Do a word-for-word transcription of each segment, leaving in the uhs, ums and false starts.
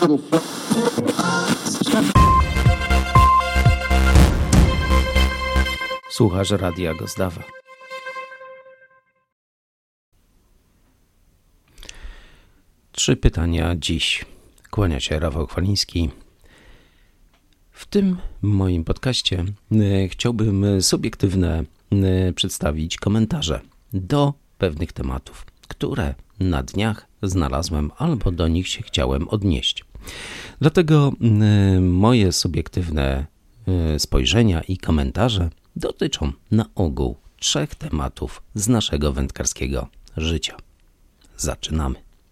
Słuchasz Radia Gozdawa. Trzy pytania dziś. Kłania się Rafał Chwaliński. W tym moim podcaście chciałbym subiektywne przedstawić komentarze do pewnych tematów, które na dniach znalazłem albo do nich się chciałem odnieść. Dlatego moje subiektywne spojrzenia i komentarze dotyczą na ogół trzech tematów z naszego wędkarskiego życia. Zaczynamy.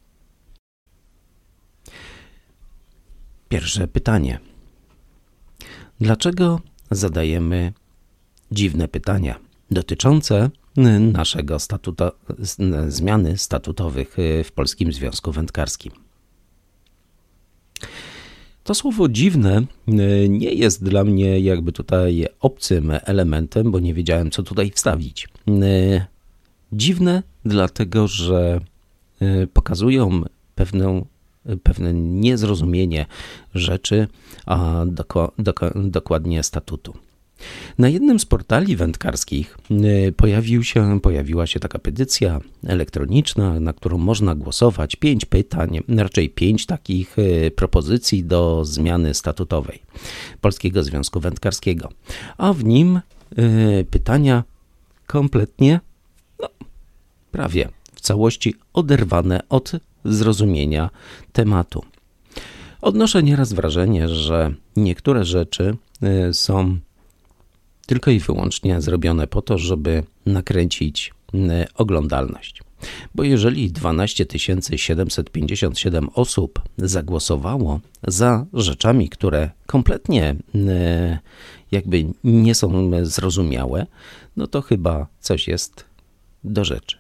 Pierwsze pytanie. Dlaczego zadajemy dziwne pytania dotyczące naszego statuta, zmiany statutowych w Polskim Związku Wędkarskim? To słowo dziwne nie jest dla mnie jakby tutaj obcym elementem, bo nie wiedziałem, co tutaj wstawić. Dziwne dlatego, że pokazują pewną, pewne niezrozumienie rzeczy, a doko, doko, dokładnie statutu. Na jednym z portali wędkarskich pojawił się, pojawiła się taka petycja elektroniczna, na którą można głosować. Pięć pytań, raczej pięć takich propozycji do zmiany statutowej Polskiego Związku Wędkarskiego. A w nim pytania kompletnie, no, prawie w całości oderwane od zrozumienia tematu. Odnoszę nieraz wrażenie, że niektóre rzeczy są tylko i wyłącznie zrobione po to, żeby nakręcić oglądalność. Bo jeżeli dwanaście tysięcy siedemset pięćdziesiąt siedem osób zagłosowało za rzeczami, które kompletnie jakby nie są zrozumiałe, no to chyba coś jest do rzeczy.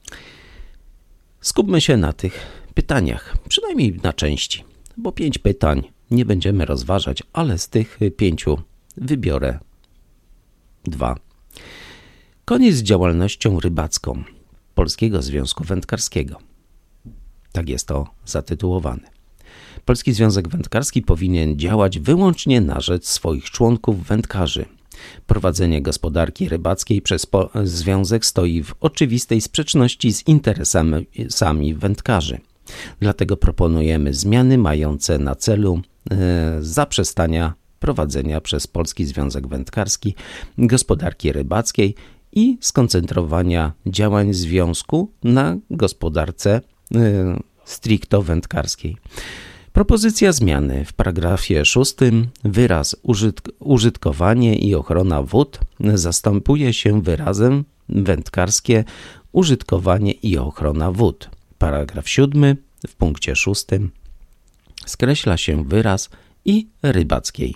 Skupmy się na tych pytaniach, przynajmniej na części, bo pięć pytań nie będziemy rozważać, ale z tych pięciu wybiorę dwa. Koniec z działalnością rybacką Polskiego Związku Wędkarskiego. Tak jest to zatytułowane. Polski Związek Wędkarski powinien działać wyłącznie na rzecz swoich członków wędkarzy. Prowadzenie gospodarki rybackiej przez po- związek stoi w oczywistej sprzeczności z interesami wędkarzy. Dlatego proponujemy zmiany mające na celu e, zaprzestania prowadzenia przez Polski Związek Wędkarski gospodarki rybackiej i skoncentrowania działań związku na gospodarce y, stricto wędkarskiej. Propozycja zmiany w paragrafie szóstym wyraz użytk- użytkowanie i ochrona wód zastępuje się wyrazem wędkarskie użytkowanie i ochrona wód. Paragraf siódmy w punkcie szóstym skreśla się wyraz i rybackiej.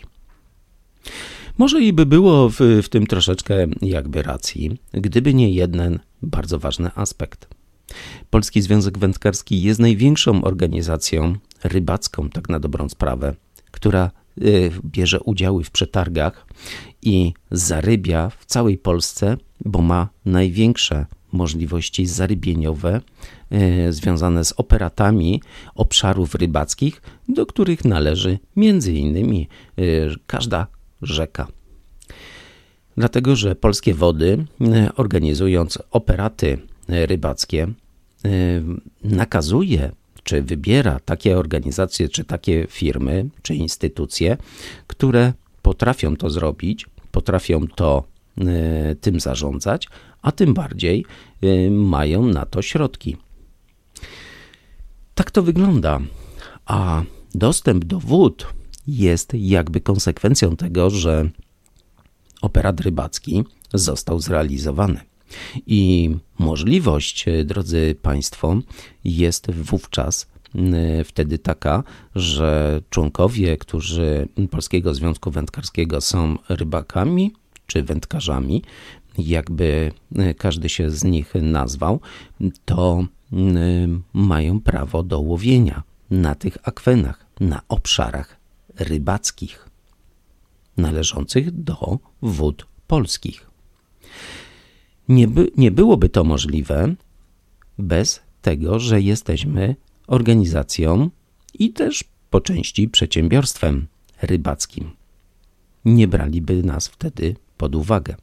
Może i by było w, w tym troszeczkę jakby racji, gdyby nie jeden bardzo ważny aspekt. Polski Związek Wędkarski jest największą organizacją rybacką, tak na dobrą sprawę, która y, bierze udziały w przetargach i zarybia w całej Polsce, bo ma największe możliwości zarybieniowe y, związane z operatami obszarów rybackich, do których należy między innymi y, każda rzeka. Dlatego, że polskie wody, organizując operaty rybackie, nakazuje, czy wybiera takie organizacje, czy takie firmy, czy instytucje, które potrafią to zrobić, potrafią to tym zarządzać, a tym bardziej mają na to środki. Tak to wygląda, a dostęp do wód jest jakby konsekwencją tego, że operat rybacki został zrealizowany. I możliwość, drodzy Państwo, jest wówczas wtedy taka, że członkowie, którzy Polskiego Związku Wędkarskiego są rybakami czy wędkarzami, jakby każdy się z nich nazwał, to mają prawo do łowienia na tych akwenach, na obszarach rybackich należących do wód polskich. Nie, by, nie byłoby to możliwe bez tego, że jesteśmy organizacją i też po części przedsiębiorstwem rybackim. Nie braliby nas wtedy pod uwagę.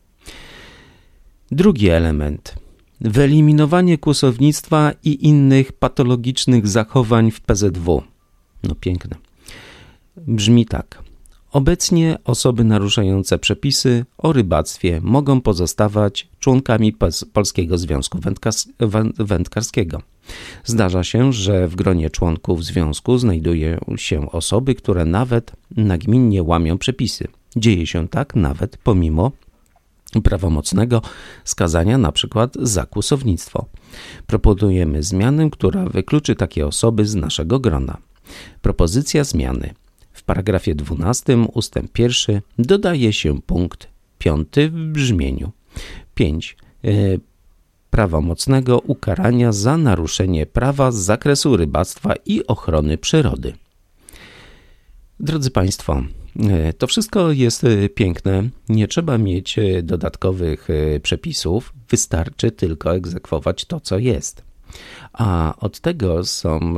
Drugi element. Wyeliminowanie kłusownictwa i innych patologicznych zachowań w P Z W. No piękne. Brzmi tak. Obecnie osoby naruszające przepisy o rybactwie mogą pozostawać członkami Polskiego Związku Wędkarskiego. Zdarza się, że w gronie członków związku znajdują się osoby, które nawet nagminnie łamią przepisy. Dzieje się tak nawet pomimo prawomocnego skazania np. za kłusownictwo. Proponujemy zmianę, która wykluczy takie osoby z naszego grona. Propozycja zmiany. W paragrafie dwunastym ustęp pierwszy dodaje się punkt piąty w brzmieniu pięć. Yy, prawomocnego ukarania za naruszenie prawa z zakresu rybactwa i ochrony przyrody. Drodzy Państwo, to wszystko jest piękne, nie trzeba mieć dodatkowych przepisów, wystarczy tylko egzekwować to, co jest. A od tego są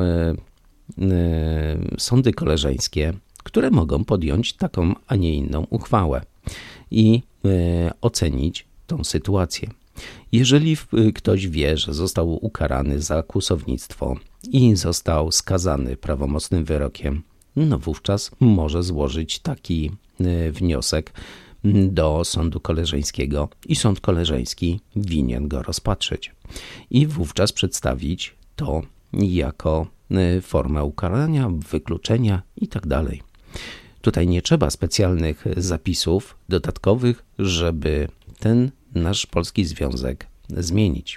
sądy koleżeńskie, które mogą podjąć taką, a nie inną uchwałę i ocenić tą sytuację. Jeżeli ktoś wie, że został ukarany za kłusownictwo i został skazany prawomocnym wyrokiem, no wówczas może złożyć taki wniosek do sądu koleżeńskiego i sąd koleżeński winien go rozpatrzyć i wówczas przedstawić to jako formę ukarania, wykluczenia itd. Tutaj nie trzeba specjalnych zapisów dodatkowych, żeby ten nasz polski związek zmienić.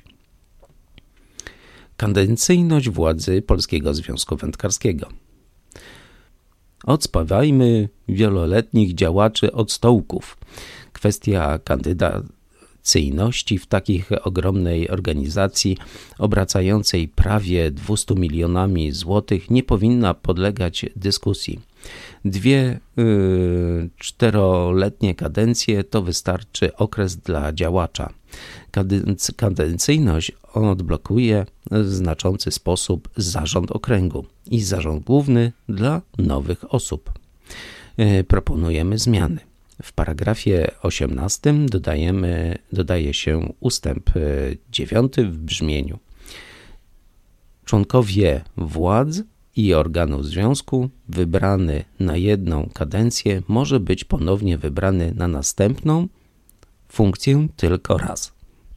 Kadencyjność władzy Polskiego Związku Wędkarskiego. Odspawajmy wieloletnich działaczy od stołków. Kwestia kandydacyjności w takich ogromnej organizacji obracającej prawie dwieście milionami złotych nie powinna podlegać dyskusji. Dwie yy, czteroletnie kadencje to wystarczy okres dla działacza. Kadenc- kadencyjność odblokuje w znaczący sposób zarząd okręgu i zarząd główny dla nowych osób. Yy, proponujemy zmiany. W paragrafie osiemnastym dodajemy, dodaje się ustęp dziewiąty w brzmieniu: członkowie władz i organów związku wybrany na jedną kadencję może być ponownie wybrany na następną funkcję tylko raz.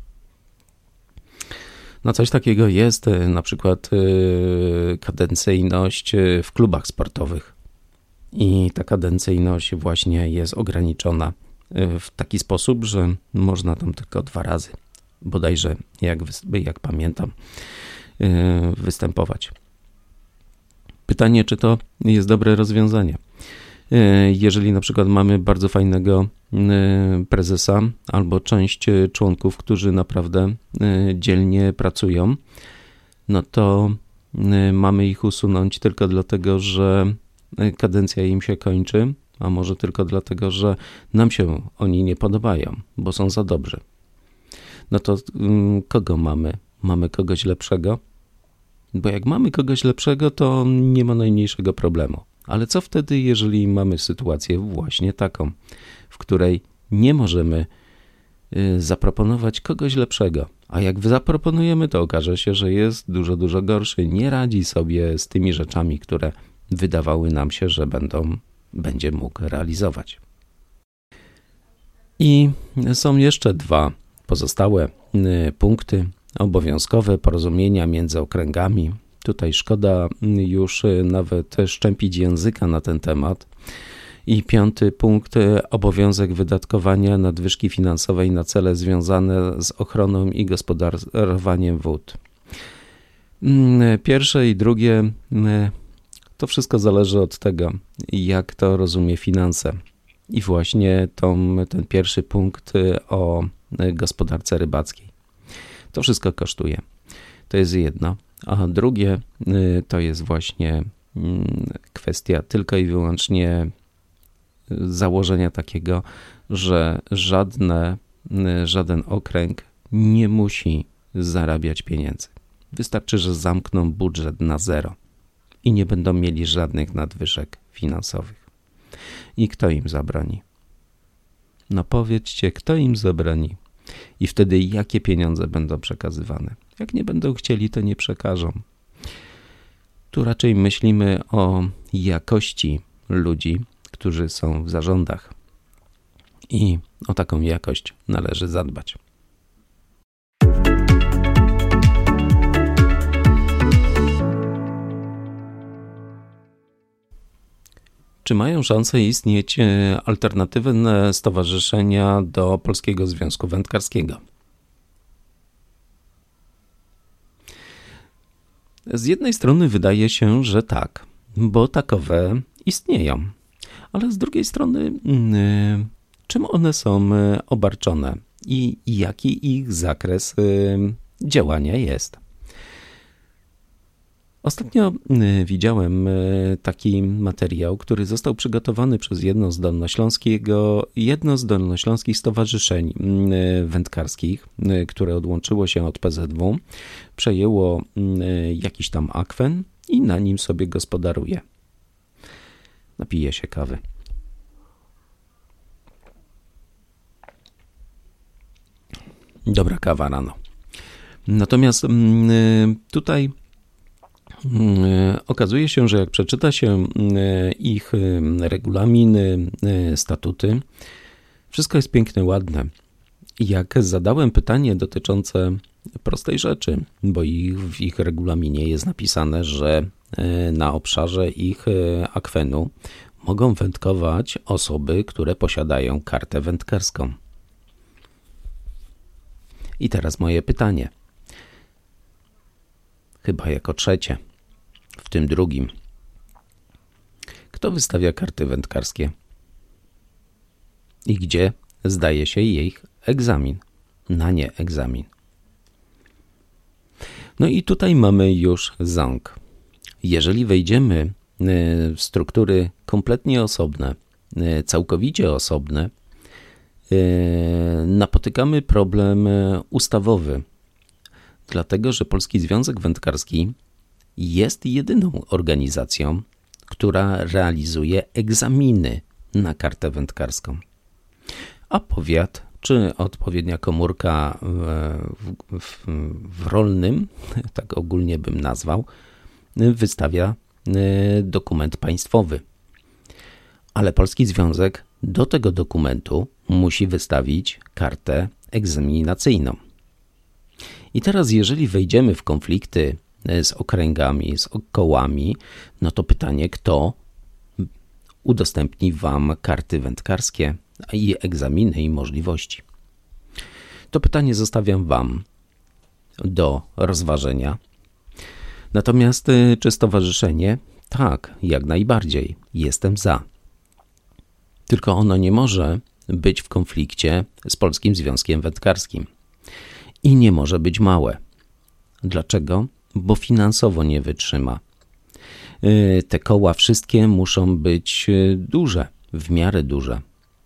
No coś takiego jest na przykład kadencyjność w klubach sportowych i ta kadencyjność właśnie jest ograniczona w taki sposób, że można tam tylko dwa razy, bodajże jak, jak pamiętam, występować. Pytanie, czy to jest dobre rozwiązanie. Jeżeli na przykład mamy bardzo fajnego prezesa albo część członków, którzy naprawdę dzielnie pracują, no to mamy ich usunąć tylko dlatego, że kadencja im się kończy, a może tylko dlatego, że nam się oni nie podobają, bo są za dobrzy. No to kogo mamy? Mamy kogoś lepszego? Bo jak mamy kogoś lepszego, to nie ma najmniejszego problemu. Ale co wtedy, jeżeli mamy sytuację właśnie taką, w której nie możemy zaproponować kogoś lepszego, a jak zaproponujemy, to okaże się, że jest dużo, dużo gorszy, nie radzi sobie z tymi rzeczami, które wydawały nam się, że będą, będzie mógł realizować. I są jeszcze dwa pozostałe punkty. Obowiązkowe porozumienia między okręgami. Tutaj szkoda już nawet szczępić języka na ten temat. I piąty punkt, obowiązek wydatkowania nadwyżki finansowej na cele związane z ochroną i gospodarowaniem wód. Pierwsze i drugie, to wszystko zależy od tego, jak to rozumie finanse. I właśnie tą, ten pierwszy punkt o gospodarce rybackiej. To wszystko kosztuje. To jest jedno. A drugie to jest właśnie kwestia tylko i wyłącznie założenia takiego, że żadne, żaden okręg nie musi zarabiać pieniędzy. Wystarczy, że zamkną budżet na zero i nie będą mieli żadnych nadwyżek finansowych. I kto im zabroni? No powiedzcie, kto im zabroni? I wtedy jakie pieniądze będą przekazywane? Jak nie będą chcieli, to nie przekażą. Tu raczej myślimy o jakości ludzi, którzy są w zarządach. I o taką jakość należy zadbać. Czy mają szansę istnieć alternatywne stowarzyszenia do Polskiego Związku Wędkarskiego? Z jednej strony wydaje się, że tak, bo takowe istnieją. Ale z drugiej strony, czym one są obarczone i jaki ich zakres działania jest? Ostatnio widziałem taki materiał, który został przygotowany przez jedno z dolnośląskiego, jedno z dolnośląskich stowarzyszeń wędkarskich, które odłączyło się od P Z W, przejęło jakiś tam akwen i na nim sobie gospodaruje. Napiję się kawy. Dobra kawa rano. Natomiast tutaj okazuje się, że jak przeczyta się ich regulaminy, statuty, wszystko jest piękne, ładne. Jak zadałem pytanie dotyczące prostej rzeczy, bo ich, w ich regulaminie jest napisane, że na obszarze ich akwenu mogą wędkować osoby, które posiadają kartę wędkarską. I teraz moje pytanie. Chyba jako trzecie, w tym drugim. Kto wystawia karty wędkarskie? I gdzie zdaje się ich egzamin? Na nie egzamin. No i tutaj mamy już ząg. Jeżeli wejdziemy w struktury kompletnie osobne, całkowicie osobne, napotykamy problem ustawowy. Dlatego, że Polski Związek Wędkarski jest jedyną organizacją, która realizuje egzaminy na kartę wędkarską. A powiat, czy odpowiednia komórka w, w, w rolnym, tak ogólnie bym nazwał, wystawia dokument państwowy. Ale Polski Związek do tego dokumentu musi wystawić kartę egzaminacyjną. I teraz jeżeli wejdziemy w konflikty z okręgami, z kołami, no to pytanie, kto udostępni wam karty wędkarskie i egzaminy i możliwości. To pytanie zostawiam wam do rozważenia. Natomiast czy stowarzyszenie? Tak, jak najbardziej. Jestem za. Tylko ono nie może być w konflikcie z Polskim Związkiem Wędkarskim. I nie może być małe. Dlaczego? Bo finansowo nie wytrzyma. Te koła wszystkie muszą być duże, w miarę duże.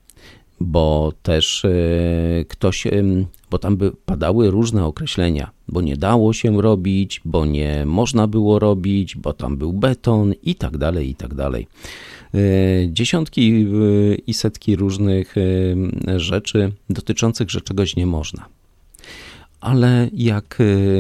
Bo też ktoś, bo tam by padały różne określenia, bo nie dało się robić, bo nie można było robić, bo tam był beton i tak dalej, i tak dalej. Dziesiątki i setki różnych rzeczy dotyczących, że czegoś nie można. Ale jak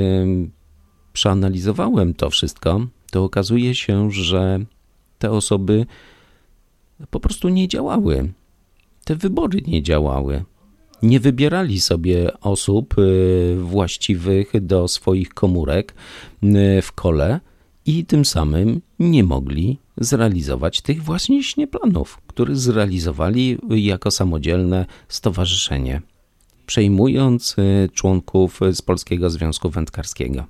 przeanalizowałem to wszystko, to okazuje się, że te osoby po prostu nie działały. Te wybory nie działały. Nie wybierali sobie osób właściwych do swoich komórek w kole i tym samym nie mogli zrealizować tych właśnie planów, które zrealizowali jako samodzielne stowarzyszenie, przejmując członków z Polskiego Związku Wędkarskiego.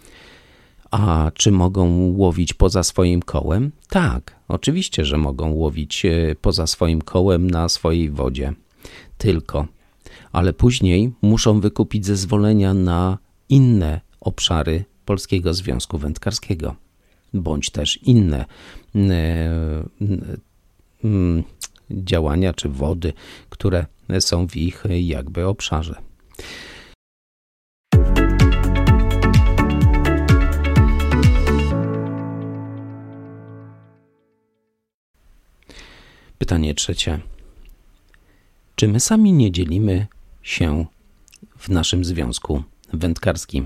A czy mogą łowić poza swoim kołem? Tak, oczywiście, że mogą łowić poza swoim kołem na swojej wodzie. Tylko, ale później muszą wykupić zezwolenia na inne obszary Polskiego Związku Wędkarskiego, bądź też inne działania czy wody, które są w ich jakby obszarze. Pytanie trzecie. Czy my sami nie dzielimy się w naszym związku wędkarskim?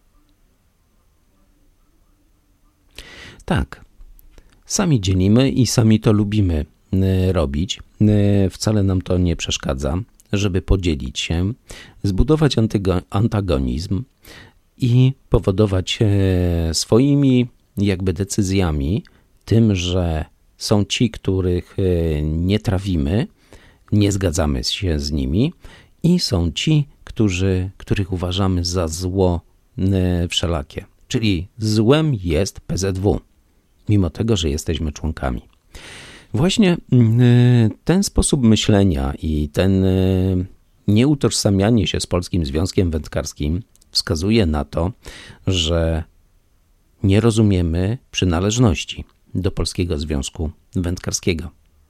Tak, sami dzielimy i sami to lubimy robić. Wcale nam to nie przeszkadza, żeby podzielić się, zbudować antagonizm i powodować swoimi jakby decyzjami, tym, że są ci, których nie trawimy, nie zgadzamy się z nimi i są ci, którzy, których uważamy za zło wszelakie. Czyli złem jest P Z W, mimo tego, że jesteśmy członkami. Właśnie ten sposób myślenia i ten nieutożsamianie się z Polskim Związkiem Wędkarskim wskazuje na to, że nie rozumiemy przynależności do Polskiego Związku Wędkarskiego.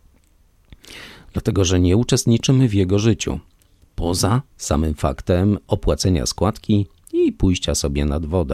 Dlatego, że nie uczestniczymy w jego życiu, poza samym faktem opłacenia składki i pójścia sobie nad wodę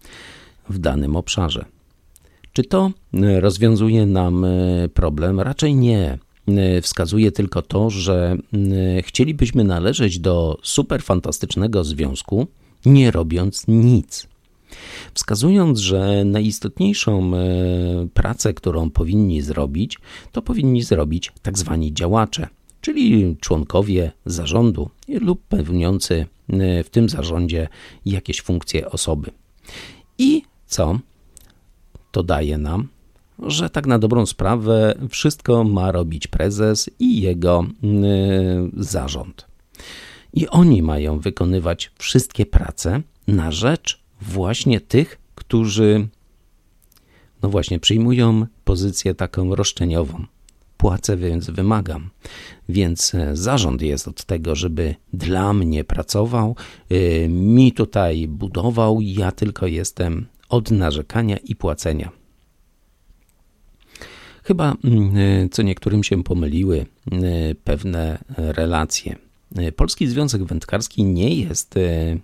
w danym obszarze. Czy to rozwiązuje nam problem? Raczej nie. Wskazuje tylko to, że chcielibyśmy należeć do super fantastycznego związku, nie robiąc nic. Wskazując, że najistotniejszą pracę, którą powinni zrobić, to powinni zrobić tak zwani działacze, czyli członkowie zarządu lub pełniący w tym zarządzie jakieś funkcje osoby. I co? To daje nam, że tak na dobrą sprawę wszystko ma robić prezes i jego zarząd. I oni mają wykonywać wszystkie prace na rzecz właśnie tych, którzy no właśnie przyjmują pozycję taką roszczeniową. Płacę, więc wymagam. Więc zarząd jest od tego, żeby dla mnie pracował, yy, mi tutaj budował, ja tylko jestem od narzekania i płacenia. Chyba yy, co niektórym się pomyliły yy, pewne relacje. Yy, Polski Związek Wędkarski nie jest yy,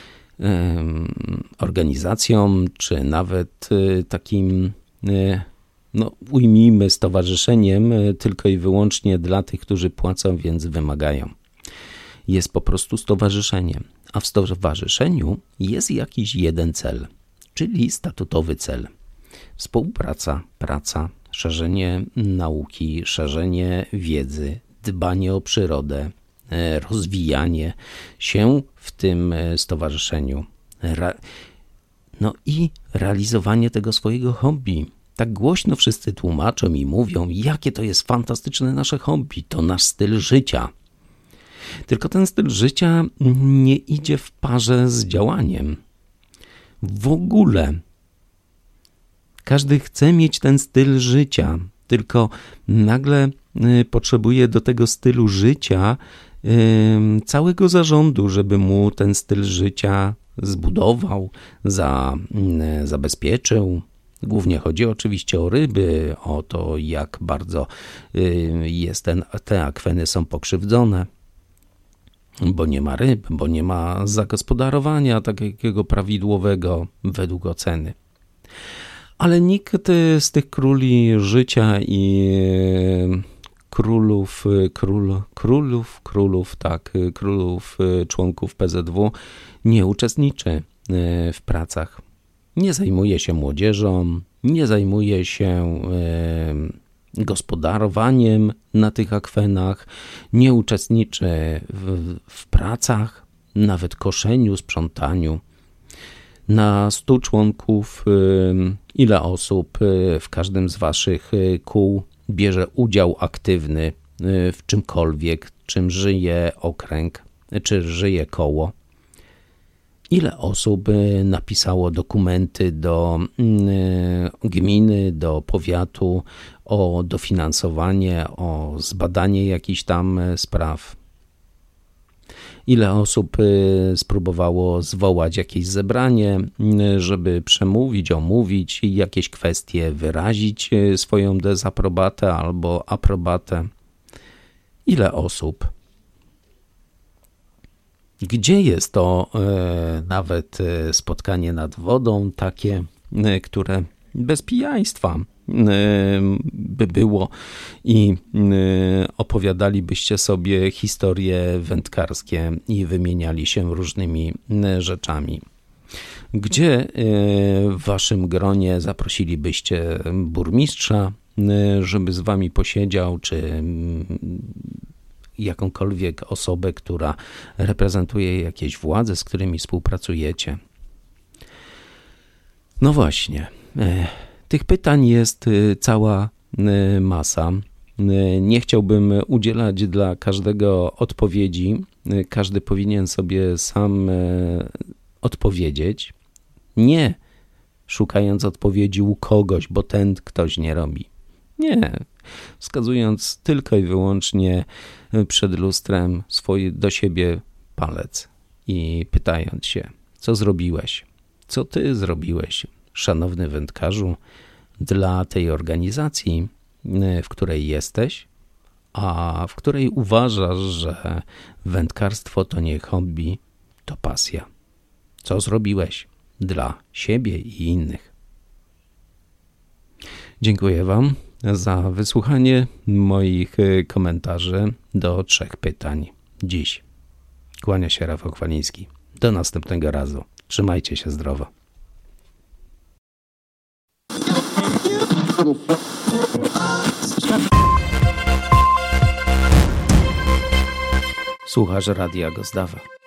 organizacją, czy nawet takim, no ujmijmy, stowarzyszeniem tylko i wyłącznie dla tych, którzy płacą, więc wymagają. Jest po prostu stowarzyszeniem, a w stowarzyszeniu jest jakiś jeden cel, czyli statutowy cel. Współpraca, praca, szerzenie nauki, szerzenie wiedzy, dbanie o przyrodę, rozwijanie się w tym stowarzyszeniu. No i realizowanie tego swojego hobby. Tak głośno wszyscy tłumaczą i mówią, jakie to jest fantastyczne nasze hobby, to nasz styl życia. Tylko ten styl życia nie idzie w parze z działaniem. W ogóle. Każdy chce mieć ten styl życia, tylko nagle potrzebuje do tego stylu życia całego zarządu, żeby mu ten styl życia zbudował, za, zabezpieczył. Głównie chodzi oczywiście o ryby, o to, jak bardzo jest ten, te akweny są pokrzywdzone, bo nie ma ryb, bo nie ma zagospodarowania takiego prawidłowego według oceny. Ale nikt z tych króli życia i królów, król, królów, królów, tak, królów, członków P Z W nie uczestniczy w pracach. Nie zajmuje się młodzieżą, nie zajmuje się gospodarowaniem na tych akwenach, nie uczestniczy w, w pracach, nawet koszeniu, sprzątaniu. Na stu członków ile osób w każdym z waszych kół bierze udział aktywny w czymkolwiek, czym żyje okręg, czy żyje koło? Ile osób napisało dokumenty do gminy, do powiatu o dofinansowanie, o zbadanie jakichś tam spraw? Ile osób spróbowało zwołać jakieś zebranie, żeby przemówić, omówić jakieś kwestie, wyrazić swoją dezaprobatę albo aprobatę? Ile osób? Gdzie jest to e, nawet spotkanie nad wodą, takie, e, które bez pijaństwa, by było i opowiadalibyście sobie historie wędkarskie i wymieniali się różnymi rzeczami. Gdzie w waszym gronie zaprosilibyście burmistrza, żeby z wami posiedział, czy jakąkolwiek osobę, która reprezentuje jakieś władze, z którymi współpracujecie? No właśnie, tych pytań jest cała masa. Nie chciałbym udzielać dla każdego odpowiedzi. Każdy powinien sobie sam odpowiedzieć, nie szukając odpowiedzi u kogoś, bo ten ktoś nie robi. Nie, wskazując tylko i wyłącznie przed lustrem swój do siebie palec i pytając się, co zrobiłeś, co ty zrobiłeś, szanowny wędkarzu, dla tej organizacji, w której jesteś, a w której uważasz, że wędkarstwo to nie hobby, to pasja. Co zrobiłeś dla siebie i innych? Dziękuję wam za wysłuchanie moich komentarzy do trzech pytań dziś. Kłania się Rafał Chwaliński. Do następnego razu. Trzymajcie się zdrowo. Słuchasz Radia Gozdawa.